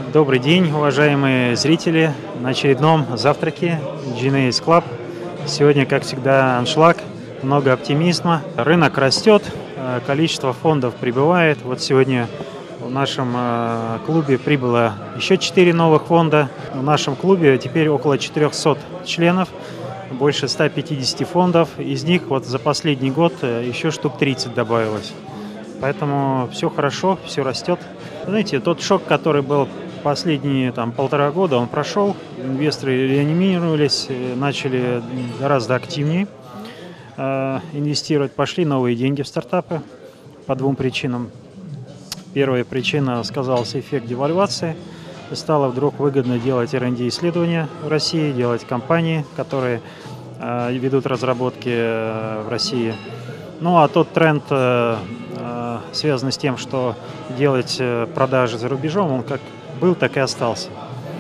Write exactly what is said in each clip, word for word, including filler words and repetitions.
Добрый день, уважаемые зрители, на очередном завтраке джи эн эс Club. Сегодня, как всегда, аншлаг, много оптимизма. Рынок растет, количество фондов прибывает. Вот сегодня в нашем клубе прибыло еще четыре новых фонда. В нашем клубе теперь около четырехсот членов, больше ста пятидесяти фондов. Из них вот за последний год еще штук тридцать добавилось. Поэтому все хорошо, все растет. Знаете, тот шок, который был последние там, полтора года, он прошел, инвесторы реанимировались, начали гораздо активнее э, инвестировать, пошли новые деньги в стартапы по двум причинам. Первая причина — сказался эффект девальвации. Стало вдруг выгодно делать эр энд ди исследования в России, делать компании, которые э, ведут разработки э, в России. Ну а тот тренд, э, э, связанный с тем, что делать э, продажи за рубежом, он как был, так и остался.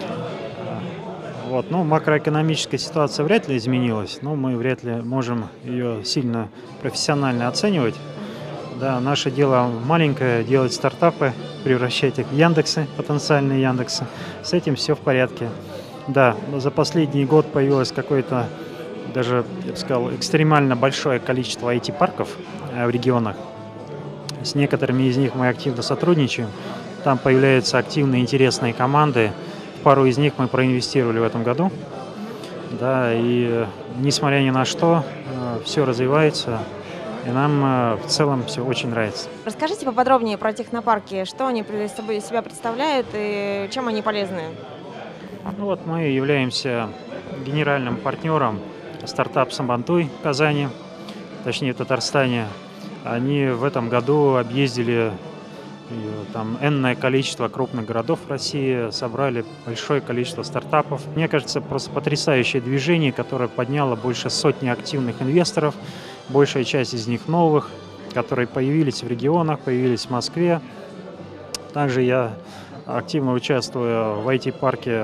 Вот. Ну, макроэкономическая ситуация вряд ли изменилась, но мы вряд ли можем ее сильно профессионально оценивать. Да, наше дело маленькое — делать стартапы, превращать их в Яндексы, потенциальные Яндексы. С этим все в порядке. Да, но за последний год появилось какое-то, даже, я бы сказал, экстремально большое количество ай ти-парков в регионах. С некоторыми из них мы активно сотрудничаем. Там появляются активные, интересные команды. В пару из них мы проинвестировали в этом году. Да, и несмотря ни на что, все развивается, и нам в целом все очень нравится. Расскажите поподробнее про технопарки, что они из себя представляют и чем они полезны? Ну вот мы являемся генеральным партнером стартап Сабантуй в Казани, точнее в Татарстане. Они в этом году объездили там энное количество крупных городов России, собрали большое количество стартапов. Мне кажется, просто потрясающее движение, которое подняло больше сотни активных инвесторов, большая часть из них новых, которые появились в регионах, появились в Москве. Также я активно участвую в ай ти-парке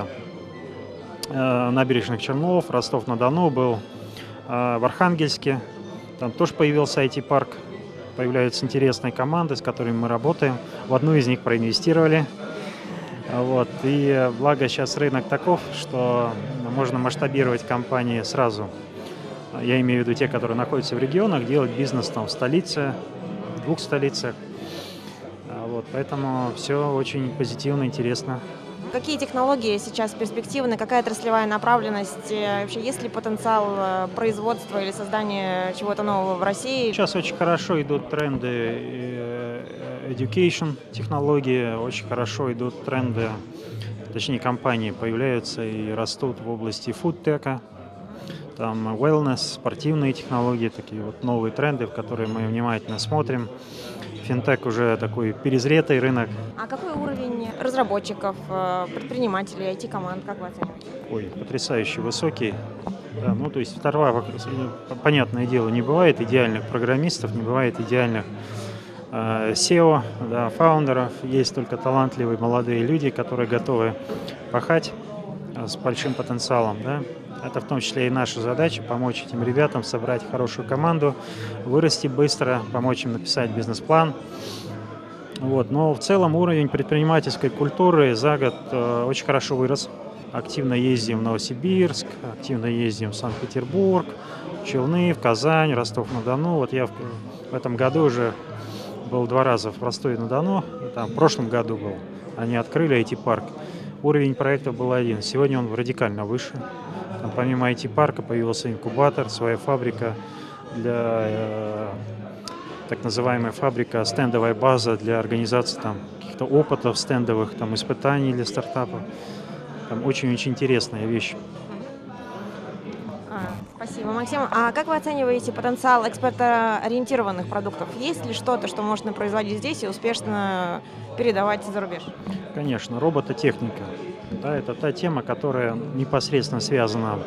э, Набережных Челнов, Ростов-на-Дону был, э, в Архангельске. Там тоже появился ай ти-парк. Появляются интересные команды, с которыми мы работаем. В одну из них проинвестировали. Вот. И благо сейчас рынок таков, что можно масштабировать компании сразу. Я имею в виду те, которые находятся в регионах, делать бизнес там в столице, в двух столицах. Вот. Поэтому все очень позитивно, интересно. Какие технологии сейчас перспективны, какая отраслевая направленность? Вообще, есть ли потенциал производства или создания чего-то нового в России? Сейчас очень хорошо идут тренды education технологии, очень хорошо идут тренды, точнее компании появляются и растут в области фудтека, там wellness, спортивные технологии, такие вот новые тренды, в которые мы внимательно смотрим. Финтех уже такой перезрелый рынок. А какой уровень разработчиков, предпринимателей, ай ти-команд, как вы оцениваете? Ой, потрясающе высокий. Да, ну, то есть второе, понятное дело, не бывает идеальных программистов, не бывает идеальных э, сео, да, фаундеров. Есть только талантливые молодые люди, которые готовы пахать э, с большим потенциалом, да. Это в том числе и наша задача — помочь этим ребятам собрать хорошую команду, вырасти быстро, помочь им написать бизнес-план. Вот. Но в целом уровень предпринимательской культуры за год э, очень хорошо вырос. Активно ездим в Новосибирск, активно ездим в Санкт-Петербург, в Челны, в Казань, Ростов-на-Дону. Вот я в, в этом году уже был два раза в Ростове-на-Дону, там в прошлом году был. Они открыли ай ти-парк. Уровень проекта был один, сегодня он радикально выше. Там, помимо ай ти-парка появился инкубатор, своя фабрика, для, э, так называемая фабрика, стендовая база для организации там каких-то опытов стендовых, там, испытаний для стартапов. Там очень-очень интересная вещь. А, спасибо, Максим. А как вы оцениваете потенциал экспортоориентированных продуктов? Есть ли что-то, что можно производить здесь и успешно передавать за рубеж? Конечно, робототехника. Да, это та тема, которая непосредственно связана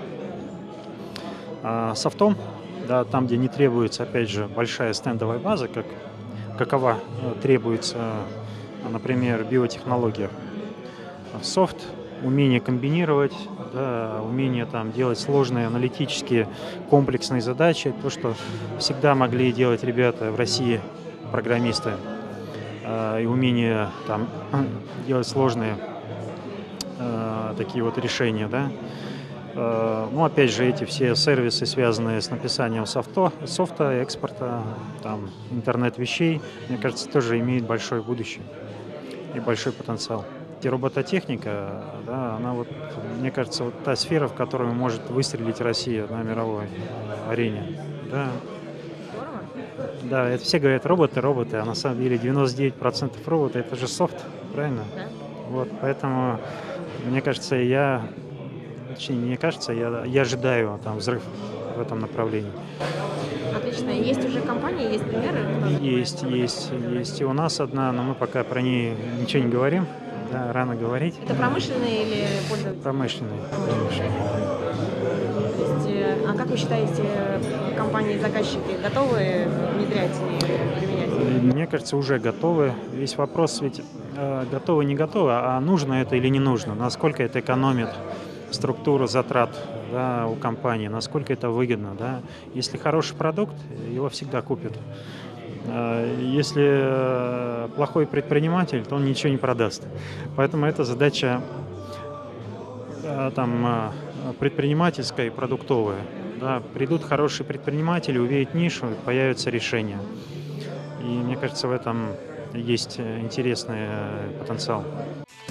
а, с софтом, да, там, где не требуется, опять же, большая стендовая база, как, какова требуется, например, в биотехнологиях. Софт, умение комбинировать, да, умение там, делать сложные аналитические комплексные задачи, то, что всегда могли делать ребята в России, программисты, и умение там делать сложные э, такие вот решения, да. Э, ну, опять же, эти все сервисы, связанные с написанием софта, софта, экспорта, там, интернет вещей, мне кажется, тоже имеют большое будущее и большой потенциал. И робототехника, да, она вот, мне кажется, вот та сфера, в которую может выстрелить Россия на мировой э, арене. Да, Здорово. да, это все говорят роботы, роботы, а на самом деле девяносто девять процентов робота это же софт, правильно? Да. Вот, поэтому, мне кажется, я, точнее, мне кажется, я, я ожидаю там взрыв в этом направлении. Отлично. Есть уже компании, есть примеры? Кто Есть, занимается есть, робототехникой? есть и у нас одна, но мы пока про нее ничего не говорим, да, рано говорить. Это промышленные или пользователи? Промышленные. Промышленные. То есть, э, а как вы считаете, компании-заказчики готовы внедрять и применять? Мне кажется, уже готовы. Весь вопрос ведь э, готовы, не готовы, а нужно это или не нужно, насколько это экономит структуру затрат, да, у компании, насколько это выгодно. Да. Если хороший продукт, его всегда купят. Э, Если э, плохой предприниматель, то он ничего не продаст. Поэтому это задача э, там, э, предпринимательская и продуктовая. Да. Придут хорошие предприниматели, увидят нишу, появятся решения. И мне кажется, в этом есть э, интересный э, потенциал.